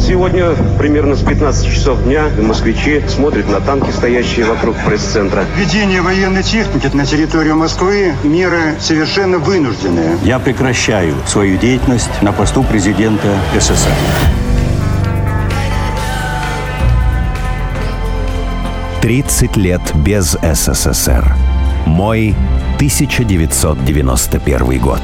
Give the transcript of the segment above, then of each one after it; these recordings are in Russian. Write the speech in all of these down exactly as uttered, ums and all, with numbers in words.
Сегодня примерно с пятнадцати часов дня москвичи смотрят на танки, стоящие вокруг пресс-центра. Введение военной техники на территорию Москвы – меры совершенно вынужденные. Я прекращаю свою деятельность на посту президента СССР. тридцать лет без СССР. Мой тысяча девятьсот девяносто первый год.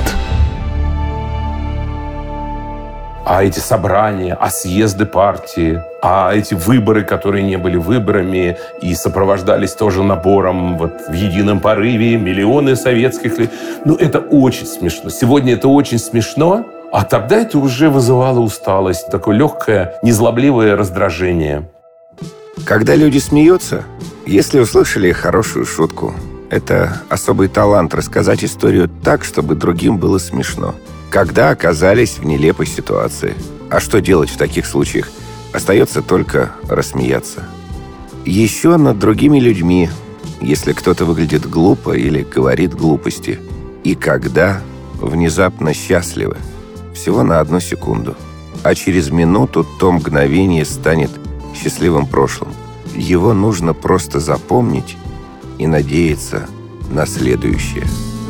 А эти собрания, а съезды партии, а эти выборы, которые не были выборами и сопровождались тоже набором вот в едином порыве миллионы советских... Ну, это очень смешно. Сегодня это очень смешно, а тогда это уже вызывало усталость, такое легкое, незлобливое раздражение. Когда люди смеются, если услышали хорошую шутку, это особый талант рассказать историю так, чтобы другим было смешно. Когда оказались в нелепой ситуации. А что делать в таких случаях? Остается только рассмеяться. Еще над другими людьми, если кто-то выглядит глупо или говорит глупости. И когда внезапно счастливы. Всего на одну секунду. А через минуту то мгновение станет счастливым прошлым. Его нужно просто запомнить и надеяться на следующее.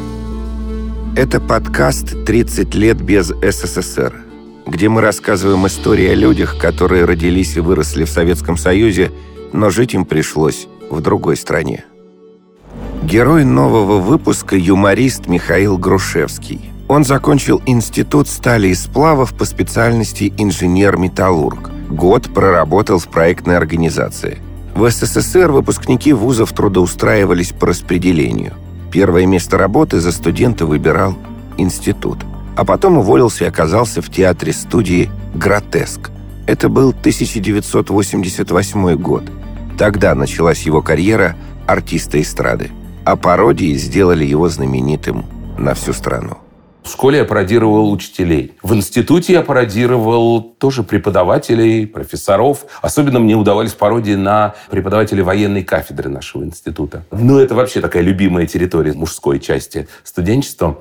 Это подкаст «тридцать лет без СССР», где мы рассказываем истории о людях, которые родились и выросли в Советском Союзе, но жить им пришлось в другой стране. Герой нового выпуска – юморист Михаил Грушевский. Он закончил Институт стали и сплавов по специальности инженер-металлург. Год проработал в проектной организации. В СССР выпускники вузов трудоустраивались по распределению. Первое место работы за студента выбирал институт. А потом уволился и оказался в театре-студии «Гротеск». Это был тысяча девятьсот восемьдесят восьмой год. Тогда началась его карьера артиста эстрады. А пародии сделали его знаменитым на всю страну. В школе я пародировал учителей. В институте я пародировал тоже преподавателей, профессоров. Особенно мне удавались пародии на преподавателей военной кафедры нашего института. Ну, это вообще такая любимая территория мужской части студенчества.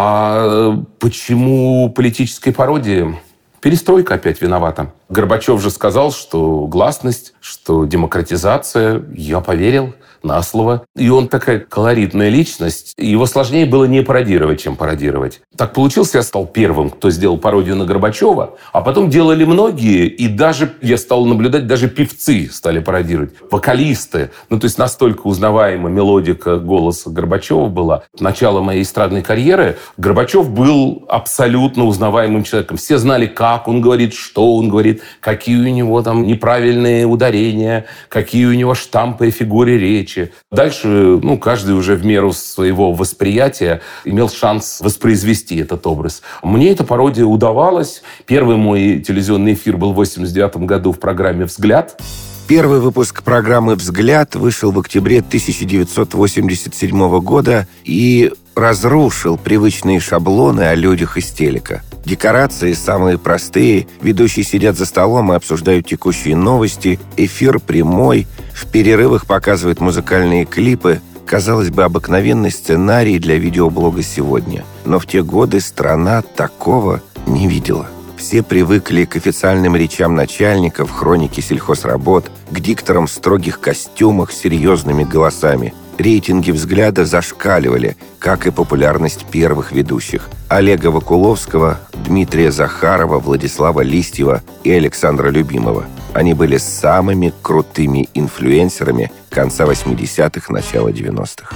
А почему политической пародии? Перестройка опять виновата. Горбачев же сказал, что гласность, что демократизация. Я поверил на слово. И он такая колоритная личность. Его сложнее было не пародировать, чем пародировать. Так получилось, я стал первым, кто сделал пародию на Горбачева. А потом делали многие. И даже я стал наблюдать, даже певцы стали пародировать. Вокалисты. Ну, то есть настолько узнаваема мелодика голоса Горбачева была. Начало моей эстрадной карьеры Горбачев был абсолютно узнаваемым человеком. Все знали, как он говорит, что он говорит, какие у него там неправильные ударения, какие у него штампы и фигуры речи. Дальше, ну, каждый уже в меру своего восприятия имел шанс воспроизвести этот образ. Мне эта пародия удавалась. Первый мой телевизионный эфир был в восемьдесят девятом году в программе «Взгляд». Первый выпуск программы «Взгляд» вышел в октябре тысяча девятьсот восемьдесят седьмого года и разрушил привычные шаблоны о людях из телека. Декорации самые простые, ведущие сидят за столом и обсуждают текущие новости, эфир прямой, в перерывах показывают музыкальные клипы. Казалось бы, обыкновенный сценарий для видеоблога сегодня. Но в те годы страна такого не видела. Все привыкли к официальным речам начальников, хронике сельхозработ, к дикторам в строгих костюмах с серьезными голосами. Рейтинги «Взгляда» зашкаливали, как и популярность первых ведущих – Олега Вакуловского, Дмитрия Захарова, Владислава Листьева и Александра Любимова. Они были самыми крутыми инфлюенсерами конца восьмидесятых, начала девяностых.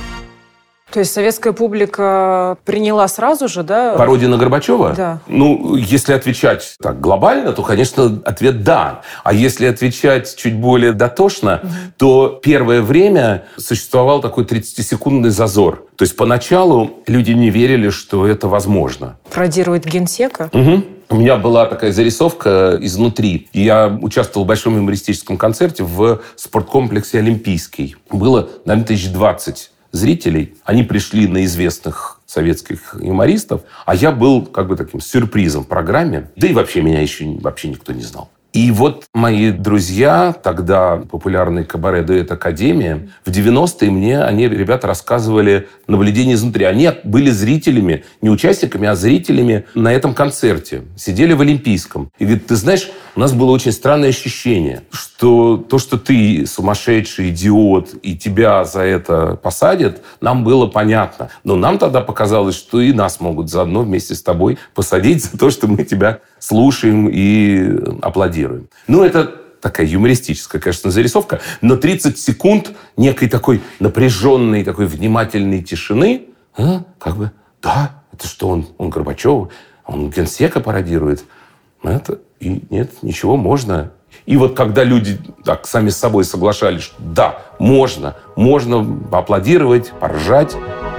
То есть советская публика приняла сразу же, да? Пародия на Горбачева? Да. Ну, если отвечать так глобально, то, конечно, ответ «да». А если отвечать чуть более дотошно, угу. то первое время существовал такой тридцатисекундный зазор. То есть поначалу люди не верили, что это возможно. Пародирует Генсека? Угу. У меня была такая зарисовка изнутри. Я участвовал в большом юмористическом концерте в спорткомплексе «Олимпийский». Было, наверное, тысяч двадцать зрителей. Они пришли на известных советских юмористов, а я был как бы таким сюрпризом в программе. Да и вообще меня еще вообще никто не знал. И вот мои друзья, тогда популярный кабаре-дуэт «Академия», в девяностые мне они, ребята, рассказывали наблюдения изнутри. Они были зрителями, не участниками, а зрителями на этом концерте. Сидели в Олимпийском. И говорит, ты знаешь, у нас было очень странное ощущение, что то, что ты сумасшедший идиот, и тебя за это посадят, нам было понятно. Но нам тогда показалось, что и нас могут заодно вместе с тобой посадить за то, что мы тебя слушаем и аплодируем. Ну, это такая юмористическая, конечно, зарисовка, но тридцать секунд некой такой напряженной, такой внимательной тишины. А? Как бы, да, это что, он, он Горбачев, он Генсека пародирует. Это, и нет, ничего, можно. И вот когда люди так сами с собой соглашались, что да, можно, можно поаплодировать, поржать.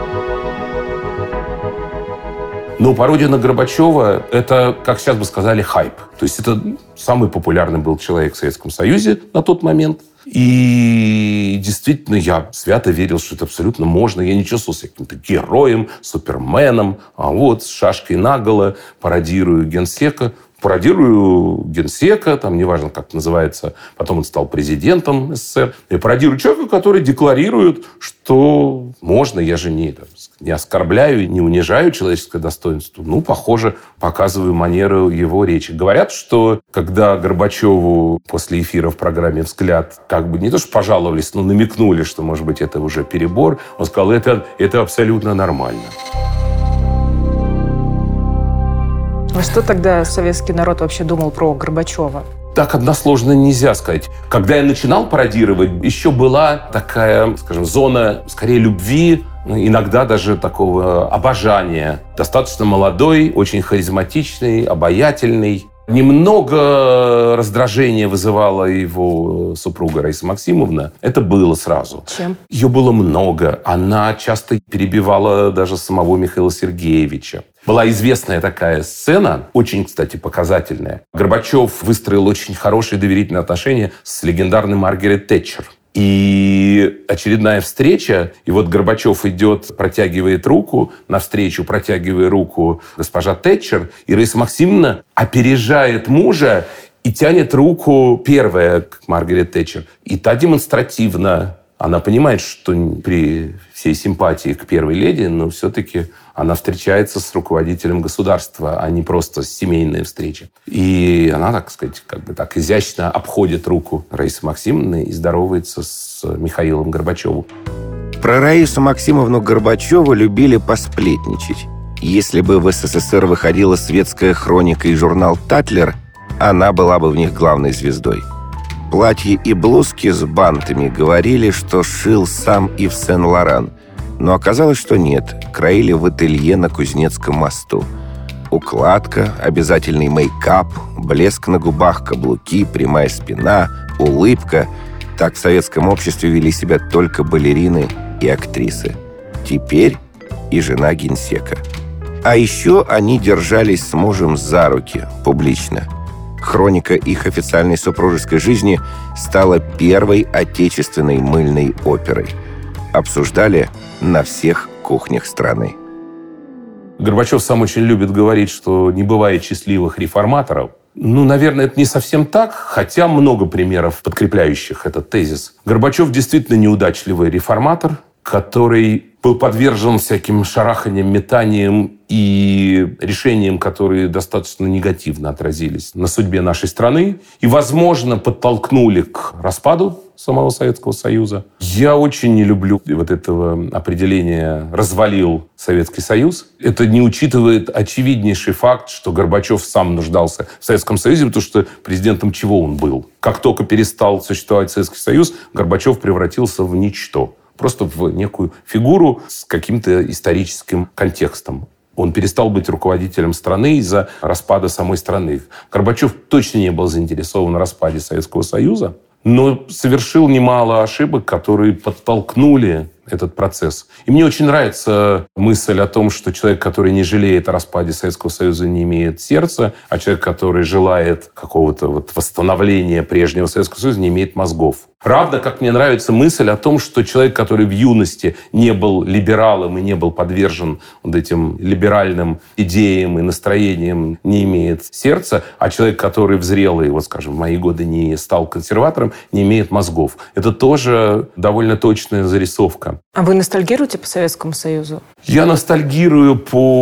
Но пародия на Горбачева – это, как сейчас бы сказали, хайп. То есть это самый популярный был человек в Советском Союзе на тот момент. И действительно, я свято верил, что это абсолютно можно. Я не чувствовал себя каким-то героем, суперменом. А вот с шашкой наголо пародирую Генсека. Пародирую Генсека, там неважно, как называется, потом он стал президентом СССР. Я пародирую человека, который декларирует, что можно, я же не, там, не оскорбляю, не унижаю человеческое достоинство. Ну, похоже, показываю манеру его речи. Говорят, что когда Горбачеву после эфира в программе «Взгляд» как бы не то что пожаловались, но намекнули, что, может быть, это уже перебор, он сказал, это, это абсолютно нормально. А что тогда советский народ вообще думал про Горбачева? Так односложно нельзя сказать. Когда я начинал пародировать, еще была такая, скажем, зона, скорее, любви, иногда даже такого обожания. Достаточно молодой, очень харизматичный, обаятельный. Немного раздражения вызывала его супруга Раиса Максимовна. Это было сразу. Чем? Ее было много. Она часто перебивала даже самого Михаила Сергеевича. Была известная такая сцена, очень, кстати, показательная. Горбачев выстроил очень хорошие доверительные отношения с легендарной Маргарет Тэтчер. И очередная встреча, и вот Горбачев идет, протягивает руку, навстречу протягивая руку госпожа Тэтчер, и Раиса Максимовна опережает мужа и тянет руку первая к Маргарет Тэтчер. И та демонстративно, она понимает, что при всей симпатии к первой леди, но все-таки она встречается с руководителем государства, а не просто семейная встреча. И она, так сказать, как бы так изящно обходит руку Раисы Максимовны и здоровается с Михаилом Горбачевым. Про Раису Максимовну Горбачеву любили посплетничать. Если бы в СССР выходила светская хроника и журнал «Татлер», она была бы в них главной звездой. Платья и блузки с бантами говорили, что шил сам Ив Сен-Лоран. Но оказалось, что нет. Краили в ателье на Кузнецком мосту. Укладка, обязательный мейкап, блеск на губах, каблуки, прямая спина, улыбка. Так в советском обществе вели себя только балерины и актрисы. Теперь и жена генсека. А еще они держались с мужем за руки публично. Хроника их официальной супружеской жизни стала первой отечественной мыльной оперой. Обсуждали на всех кухнях страны. Горбачев сам очень любит говорить, что не бывает счастливых реформаторов. Ну, наверное, это не совсем так, хотя много примеров, подкрепляющих этот тезис. Горбачев действительно неудачливый реформатор, который был подвержен всяким шараханиям, метаниям и решениям, которые достаточно негативно отразились на судьбе нашей страны и, возможно, подтолкнули к распаду самого Советского Союза. Я очень не люблю вот этого определения «развалил Советский Союз». Это не учитывает очевиднейший факт, что Горбачев сам нуждался в Советском Союзе, потому что президентом чего он был? Как только перестал существовать Советский Союз, Горбачев превратился в ничто. Просто в некую фигуру с каким-то историческим контекстом. Он перестал быть руководителем страны из-за распада самой страны. Горбачев точно не был заинтересован в распаде Советского Союза, но совершил немало ошибок, которые подтолкнули этот процесс. И мне очень нравится мысль о том, что человек, который не жалеет о распаде Советского Союза, не имеет сердца, а человек, который желает какого-то вот восстановления прежнего Советского Союза, не имеет мозгов. Равно как мне нравится мысль о том, что человек, который в юности не был либералом и не был подвержен вот этим либеральным идеям и настроениям, не имеет сердца, а человек, который в зрелые, вот скажем, в мои годы не стал консерватором, не имеет мозгов. Это тоже довольно точная зарисовка. А вы ностальгируете по Советскому Союзу? Я ностальгирую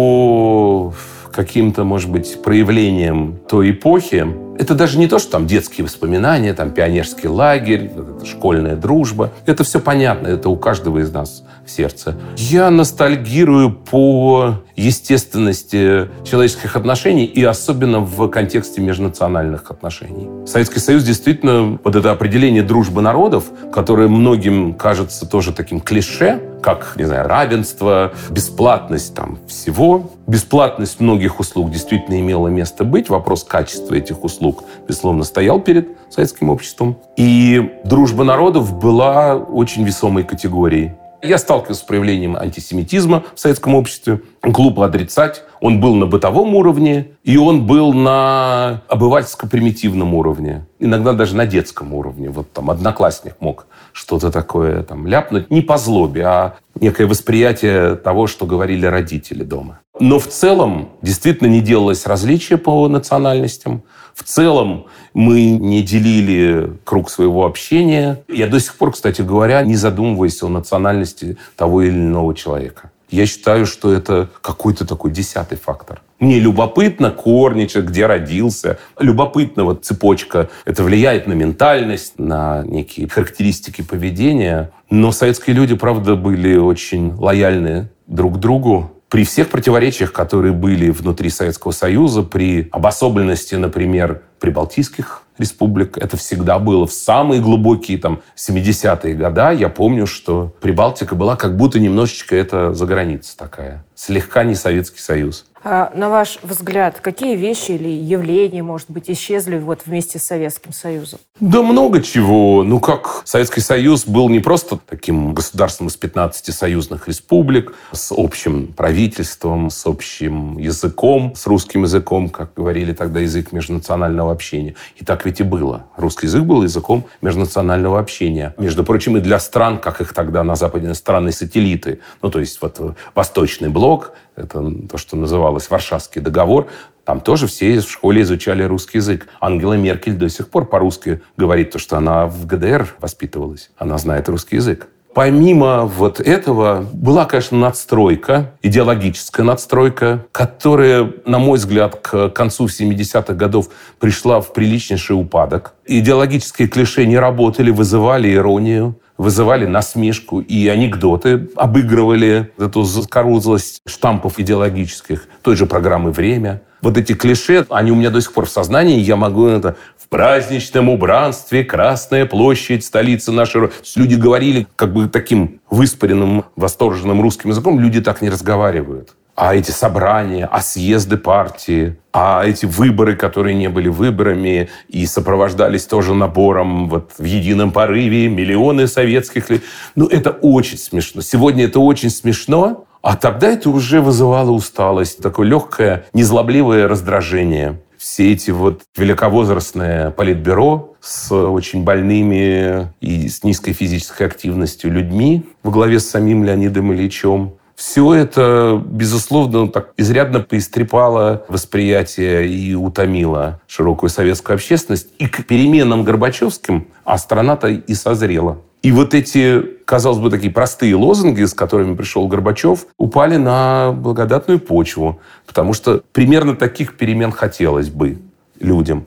по каким-то, может быть, проявлениям той эпохи. Это даже не то, что там детские воспоминания, там пионерский лагерь, школьная дружба. Это все понятно, это у каждого из нас в сердце. Я ностальгирую по естественности человеческих отношений и особенно в контексте межнациональных отношений. Советский Союз действительно, вот это определение дружбы народов, которое многим кажется тоже таким клише, как, не знаю, равенство, бесплатность там всего. Бесплатность многих услуг действительно имела место быть. Вопрос качества этих услуг, безусловно, стоял перед советским обществом. И дружба народов была очень весомой категорией. Я сталкивался с проявлением антисемитизма в советском обществе. Глупо отрицать. Он был на бытовом уровне, и он был на обывательско-примитивном уровне. Иногда даже на детском уровне. Вот там одноклассник мог что-то такое там ляпнуть. Не по злобе, а некое восприятие того, что говорили родители дома. Но в целом действительно не делалось различия по национальностям. В целом мы не делили круг своего общения. Я до сих пор, кстати говоря, не задумываюсь о национальности того или иного человека. Я считаю, что это какой-то такой десятый фактор. Мне любопытно корни, где родился. Любопытно вот цепочка. Это влияет на ментальность, на некие характеристики поведения. Но советские люди, правда, были очень лояльны друг к другу. При всех противоречиях, которые были внутри Советского Союза, при обособленности, например, прибалтийских республик, это всегда было в самые глубокие там, семидесятые годы. Я помню, что Прибалтика была как будто немножечко это за границей такая. Слегка не Советский Союз. А на ваш взгляд, какие вещи или явления, может быть, исчезли вот вместе с Советским Союзом? Да много чего. Ну как, Советский Союз был не просто таким государством из пятнадцати союзных республик с общим правительством, с общим языком, с русским языком, как говорили тогда, язык межнационального общения. И так ведь и было. Русский язык был языком межнационального общения. Между прочим, и для стран, как их тогда на Западе, страны-сателлиты. Ну, то есть вот Восточный блок, это то, что называлось Варшавский договор. Там тоже все в школе изучали русский язык. Ангела Меркель до сих пор по-русски говорит, то, что она в ГДР воспитывалась. Она знает русский язык. Помимо вот этого была, конечно, надстройка, идеологическая надстройка, которая, на мой взгляд, к концу семидесятых годов пришла в приличнейший упадок. Идеологические клише не работали, вызывали иронию, вызывали насмешку и анекдоты, обыгрывали эту заскорузлость штампов идеологических, той же программы «Время». Вот эти клише, они у меня до сих пор в сознании, я могу это... В праздничном убранстве Красная площадь, столица нашей... Люди говорили как бы таким выспаренным, восторженным русским языком. Люди так не разговаривают. А эти собрания, а съезды партии, а эти выборы, которые не были выборами и сопровождались тоже набором вот в едином порыве миллионы советских... Ну, это очень смешно. Сегодня это очень смешно, а тогда это уже вызывало усталость, такое легкое, незлобливое раздражение. Все эти вот великовозрастные политбюро с очень больными и с низкой физической активностью людьми во главе с самим Леонидом Ильичем. Все это, безусловно, так изрядно поистрепало восприятие и утомило широкую советскую общественность. И к переменам горбачевским, а страна-то и созрела. И вот эти, казалось бы, такие простые лозунги, с которыми пришел Горбачев, упали на благодатную почву. Потому что примерно таких перемен хотелось бы людям.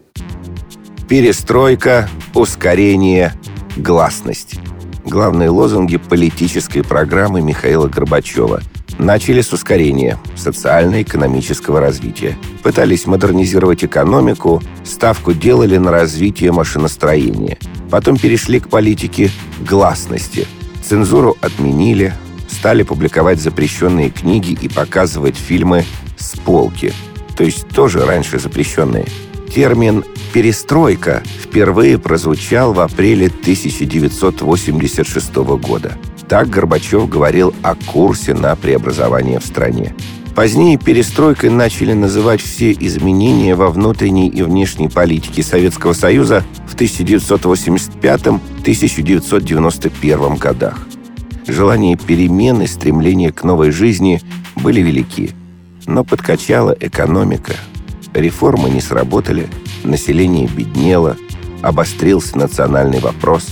Перестройка, ускорение, гласность. Главные лозунги политической программы Михаила Горбачева. Начали с ускорения социально-экономического развития. Пытались модернизировать экономику, ставку делали на развитие машиностроения. Потом перешли к политике гласности. Цензуру отменили, стали публиковать запрещенные книги и показывать фильмы с полки. То есть тоже раньше запрещенные. Термин «перестройка» впервые прозвучал в апреле тысяча девятьсот восемьдесят шестого года. Так Горбачев говорил о курсе на преобразование в стране. Позднее перестройкой начали называть все изменения во внутренней и внешней политике Советского Союза в тысяча девятьсот восемьдесят пятом — тысяча девятьсот девяносто первом годах. Желание перемен и стремление к новой жизни были велики. Но подкачала экономика. Реформы не сработали, население беднело, обострился национальный вопрос.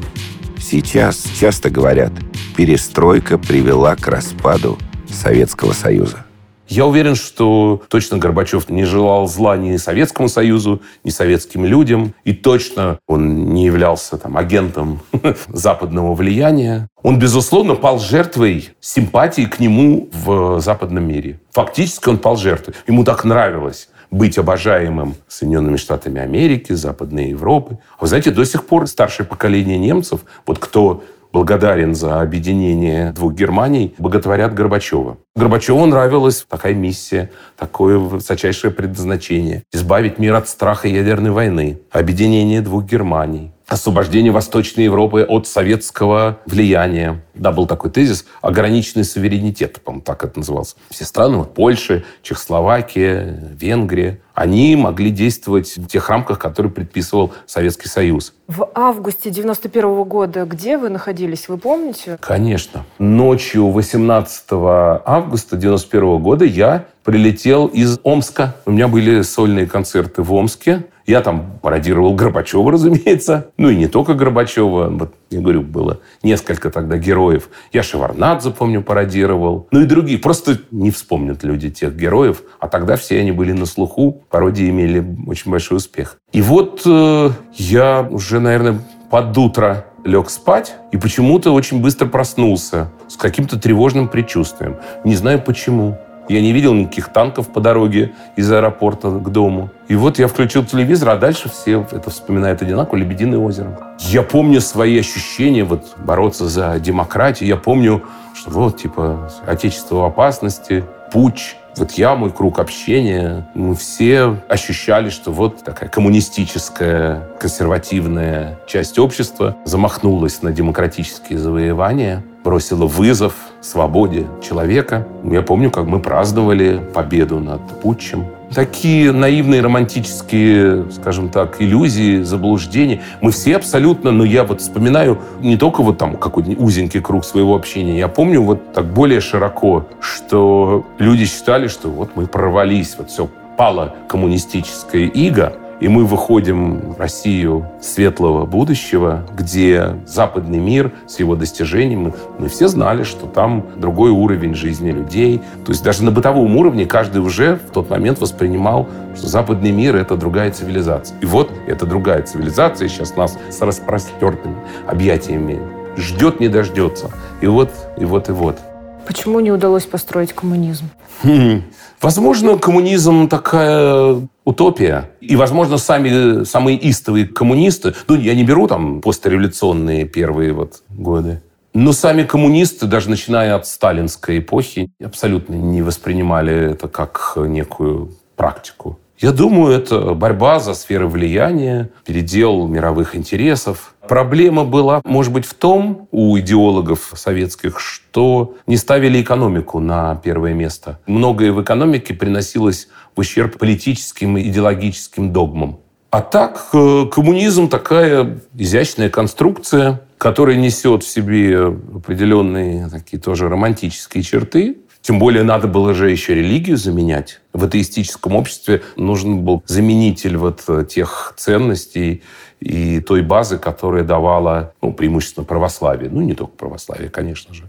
Сейчас часто говорят, перестройка привела к распаду Советского Союза. Я уверен, что точно Горбачев не желал зла ни Советскому Союзу, ни советским людям. И точно он не являлся там, агентом западного влияния. Он, безусловно, пал жертвой симпатии к нему в западном мире. Фактически он пал жертвой. Ему так нравилось быть обожаемым Соединенными Штатами Америки, Западной Европы. А вы знаете, до сих пор старшее поколение немцев, вот кто благодарен за объединение двух Германий, боготворят Горбачева. Горбачеву нравилась такая миссия, такое высочайшее предназначение. Избавить мир от страха ядерной войны, объединение двух Германий, освобождение Восточной Европы от советского влияния. Да, был такой тезис «ограниченный суверенитет», по-моему, так это назывался. Все страны, вот Польша, Чехословакия, Венгрия, они могли действовать в тех рамках, которые предписывал Советский Союз. В августе девяносто первого года где вы находились, вы помните? Конечно. Ночью восемнадцатого августа девяносто первого года я прилетел из Омска. У меня были сольные концерты в Омске. Я там пародировал Горбачева, разумеется. Ну и не только Горбачева. Вот, я говорю, было несколько тогда героев. Я Шеварднадзе, помню, пародировал. Ну и другие. Просто не вспомнят люди тех героев. А тогда все они были на слуху. Пародии имели очень большой успех. И вот э, я уже, наверное, под утро лег спать и почему-то очень быстро проснулся с каким-то тревожным предчувствием. Не знаю почему. Я не видел никаких танков по дороге из аэропорта к дому. И вот я включил телевизор, а дальше все это вспоминают одинаково: «Лебединое озеро». Я помню свои ощущения, вот бороться за демократию. Я помню, что вот, типа, отечество в опасности, путч. Вот я, мой круг общения, мы все ощущали, что вот такая коммунистическая, консервативная часть общества замахнулась на демократические завоевания, бросила вызов свободе человека. Я помню, как мы праздновали победу над путчем. Такие наивные романтические, скажем так, иллюзии, заблуждения. Мы все абсолютно, но я вот вспоминаю не только вот там какой-то узенький круг своего общения. Я помню вот так более широко, что люди считали, что вот мы прорвались, вот все, пала коммунистическая ига, и мы выходим в Россию светлого будущего, где западный мир с его достижениями, мы все знали, что там другой уровень жизни людей. То есть даже на бытовом уровне каждый уже в тот момент воспринимал, что западный мир — это другая цивилизация. И вот эта другая цивилизация сейчас нас с распростертыми объятиями ждет, не дождется. И вот, и вот, и вот. Почему не удалось построить коммунизм? Хм. Возможно, коммунизм такая утопия. И, возможно, сами самые истовые коммунисты, ну, я не беру там постреволюционные первые вот годы, но сами коммунисты, даже начиная от сталинской эпохи, абсолютно не воспринимали это как некую практику. Я думаю, это борьба за сферы влияния, передел мировых интересов. Проблема была, может быть, в том у идеологов советских, что не ставили экономику на первое место. Многое в экономике приносилось в ущерб политическим и идеологическим догмам. А так, коммунизм — такая изящная конструкция, которая несет в себе определенные такие тоже романтические черты. Тем более надо было же еще религию заменять. В атеистическом обществе нужен был заменитель вот тех ценностей и той базы, которая давала, ну, преимущественно православие. Ну, не только православие, конечно же.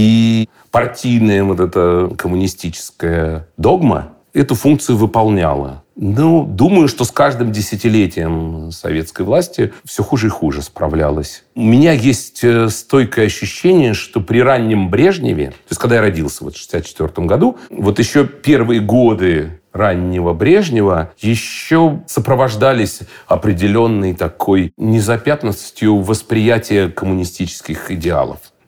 И партийная вот эта коммунистическая догма эту функцию выполняла. Ну, думаю, что с каждым десятилетием советской власти все хуже и хуже справлялась. У меня есть стойкое ощущение, что при раннем Брежневе, то есть когда я родился вот в шестьдесят четвёртом году, вот еще первые годы раннего Брежнева еще сопровождались определенной такой незапятнанностью восприятия коммунистических идеалов.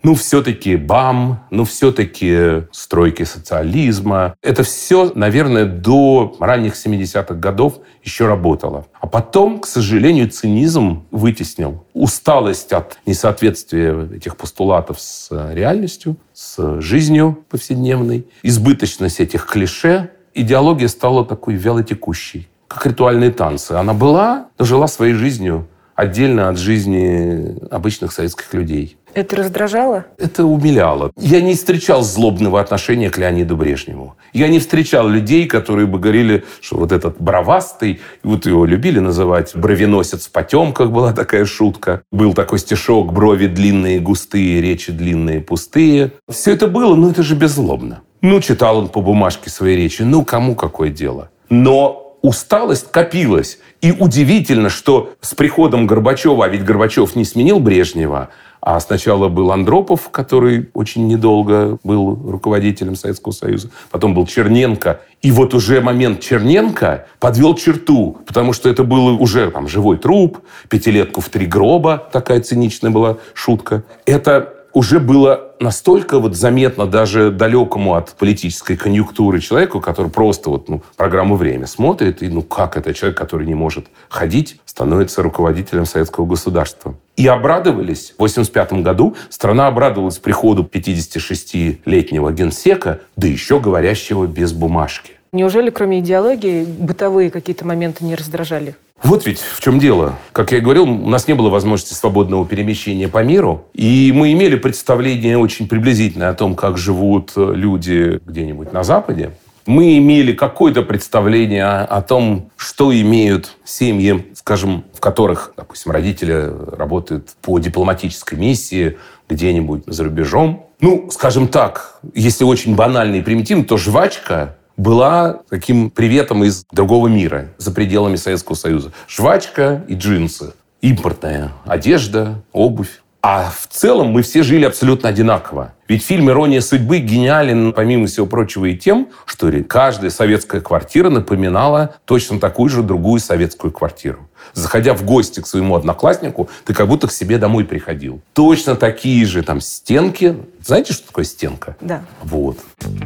ну, все-таки БАМ, ну, все-таки стройки социализма. Это все, наверное, до ранних семидесятых годов еще работало. А потом, к сожалению, цинизм вытеснил усталость от несоответствия этих постулатов с реальностью, с жизнью повседневной, избыточность этих клише. Идеология стала такой вялотекущей, как ритуальные танцы. Она была, но жила своей жизнью отдельно от жизни обычных советских людей. Это раздражало? Это умиляло. Я не встречал злобного отношения к Леониду Брежневу. Я не встречал людей, которые бы говорили, что вот этот бровастый, вот его любили называть бровеносец в потемках, была такая шутка. Был такой стишок: брови длинные, густые, речи длинные, пустые. Все это было, но это же беззлобно. Ну, читал он по бумажке свои речи, ну, кому какое дело. Но усталость копилась. И удивительно, что с приходом Горбачева, а ведь Горбачев не сменил Брежнева, а сначала был Андропов, который очень недолго был руководителем Советского Союза. Потом был Черненко. И вот уже момент Черненко подвел черту, потому что это был уже там живой труп, пятилетку в три гроба. Такая циничная была шутка. Это уже было настолько вот заметно даже далекому от политической конъюнктуры человеку, который просто вот, ну, программу «Время» смотрит, и ну как это человек, который не может ходить, становится руководителем советского государства. И обрадовались. В восемьдесят пятом году страна обрадовалась приходу пятидесятишестилетнего генсека, да еще говорящего без бумажки. Неужели, кроме идеологии, бытовые какие-то моменты не раздражали? Вот ведь в чем дело. Как я и говорил, у нас не было возможности свободного перемещения по миру. И мы имели представление очень приблизительное о том, как живут люди где-нибудь на Западе. Мы имели какое-то представление о, о том, что имеют семьи, скажем, в которых, допустим, родители работают по дипломатической миссии где-нибудь за рубежом. Ну, скажем так, если очень банально и примитивно, то жвачка была таким приветом из другого мира, за пределами Советского Союза. Жвачка и джинсы. Импортная одежда, обувь. А в целом мы все жили абсолютно одинаково. Ведь фильм «Ирония судьбы» гениален, помимо всего прочего, и тем, что каждая советская квартира напоминала точно такую же другую советскую квартиру. Заходя в гости к своему однокласснику, ты как будто к себе домой приходил. Точно такие же там стенки. Знаете, что такое стенка? Да. Вот.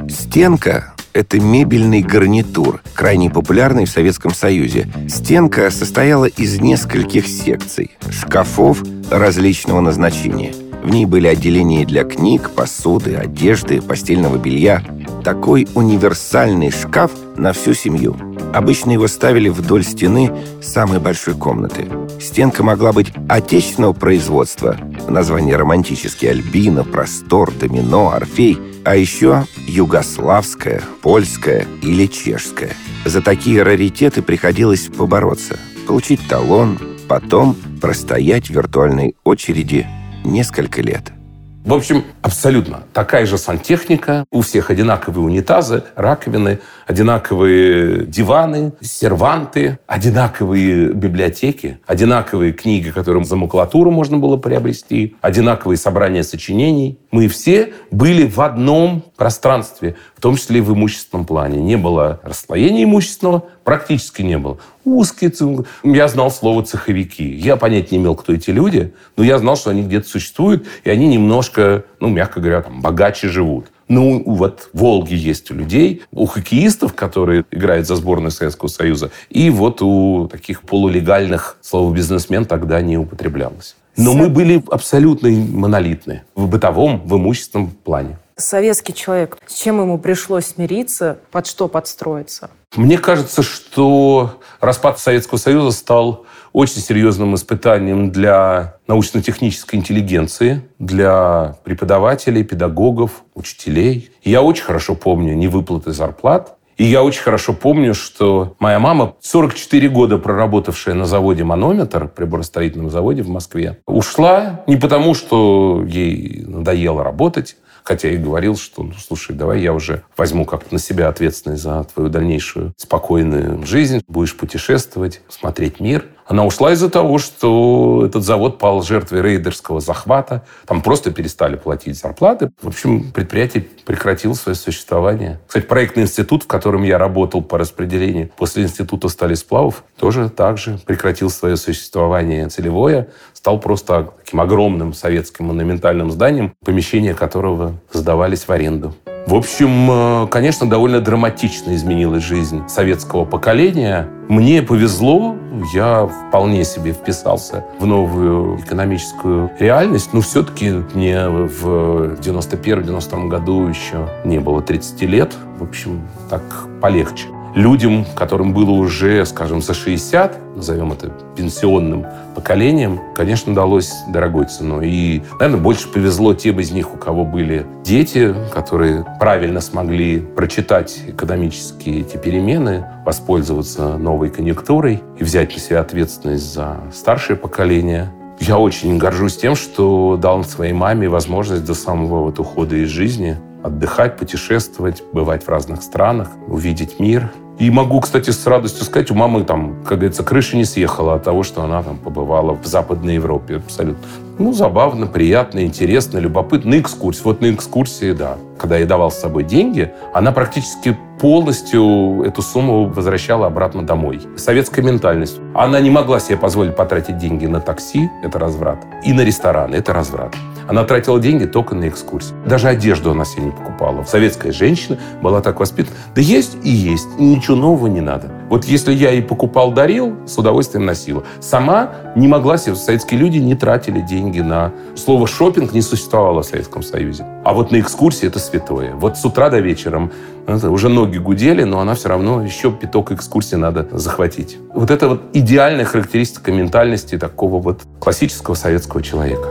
Стенка – это мебельный гарнитур, крайне популярный в Советском Союзе. Стенка состояла из нескольких секций, шкафов различного назначения. В ней были отделения для книг, посуды, одежды, постельного белья. Такой универсальный шкаф на всю семью. Обычно его ставили вдоль стены самой большой комнаты. Стенка могла быть отечественного производства. Названия романтические: Альбина, Простор, Домино, Орфей. А еще югославская, польская или чешская. За такие раритеты приходилось побороться. Получить талон, потом простоять в виртуальной очереди несколько лет. В общем, абсолютно такая же сантехника. У всех одинаковые унитазы, раковины, одинаковые диваны, серванты, одинаковые библиотеки, одинаковые книги, которые за макулатуру можно было приобрести, одинаковые собрания сочинений. Мы все были в одном пространстве, в том числе и в имущественном плане. Не было расслоения имущественного, практически не было. Узкие. Я знал слово «цеховики». Я понятия не имел, кто эти люди, но я знал, что они где-то существуют, и они немножко, ну, мягко говоря, там, богаче живут. Ну, вот в Волге есть у людей, у хоккеистов, которые играют за сборную Советского Союза, и вот у таких полулегальных слово «бизнесмен» тогда не употреблялось. Но мы были абсолютно монолитны в бытовом, в имущественном плане. Советский человек, с чем ему пришлось смириться, под что подстроиться? Мне кажется, что распад Советского Союза стал очень серьезным испытанием для научно-технической интеллигенции, для преподавателей, педагогов, учителей. И я очень хорошо помню невыплаты зарплат. И я очень хорошо помню, что моя мама, сорок четыре года проработавшая на заводе «Манометр», приборостроительном заводе в Москве, ушла не потому, что ей надоело работать, хотя я и говорил, что, ну, слушай, давай я уже возьму как-то на себя ответственность за твою дальнейшую спокойную жизнь, будешь путешествовать, смотреть мир. Она ушла из-за того, что этот завод пал жертвой рейдерского захвата. Там просто перестали платить зарплаты. В общем, предприятие прекратило свое существование. Кстати, проектный институт, в котором я работал по распределению после института стали сплавов, тоже также прекратил свое существование целевое. Стал просто таким огромным советским монументальным зданием, помещения которого сдавались в аренду. В общем, конечно, довольно драматично изменилась жизнь советского поколения. Мне повезло, я вполне себе вписался в новую экономическую реальность, но все-таки мне в девяносто первом — девяносто втором году еще не было тридцати лет. В общем, так полегче. Людям, которым было уже, скажем, за шестьдесят, назовем это пенсионным поколением, конечно, далось дорогой ценой. И, наверное, больше повезло тем из них, у кого были дети, которые правильно смогли прочитать экономические эти перемены, воспользоваться новой конъюнктурой и взять на себя ответственность за старшее поколение. Я очень горжусь тем, что дал своей маме возможность до самого вот ухода из жизни отдыхать, путешествовать, бывать в разных странах, увидеть мир. И могу, кстати, с радостью сказать, у мамы там, как говорится, крыша не съехала от того, что она там побывала в Западной Европе. Абсолютно. Ну, забавно, приятно, интересно, любопытно. На экскурсии. Вот на экскурсии, да. Когда я давал с собой деньги, она практически полностью эту сумму возвращала обратно домой. Советская ментальность. Она не могла себе позволить потратить деньги на такси, это разврат, и на ресторан, это разврат. Она тратила деньги только на экскурсии. Даже одежду она себе не покупала. Советская женщина была так воспитана. Да есть и есть. И ничего нового не надо. Вот если я ей покупал, дарил, с удовольствием носила. Сама не могла себе... Советские люди не тратили деньги на... Слово «шопинг» не существовало в Советском Союзе. А вот на экскурсии это святое. Вот с утра до вечера уже ноги гудели, но она все равно еще пяток экскурсий надо захватить. Вот это вот идеальная характеристика ментальности такого вот классического советского человека.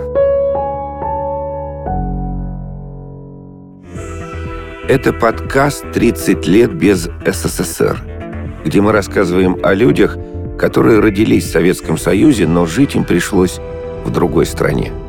Это подкаст «тридцать лет без СССР», где мы рассказываем о людях, которые родились в Советском Союзе, но жить им пришлось в другой стране.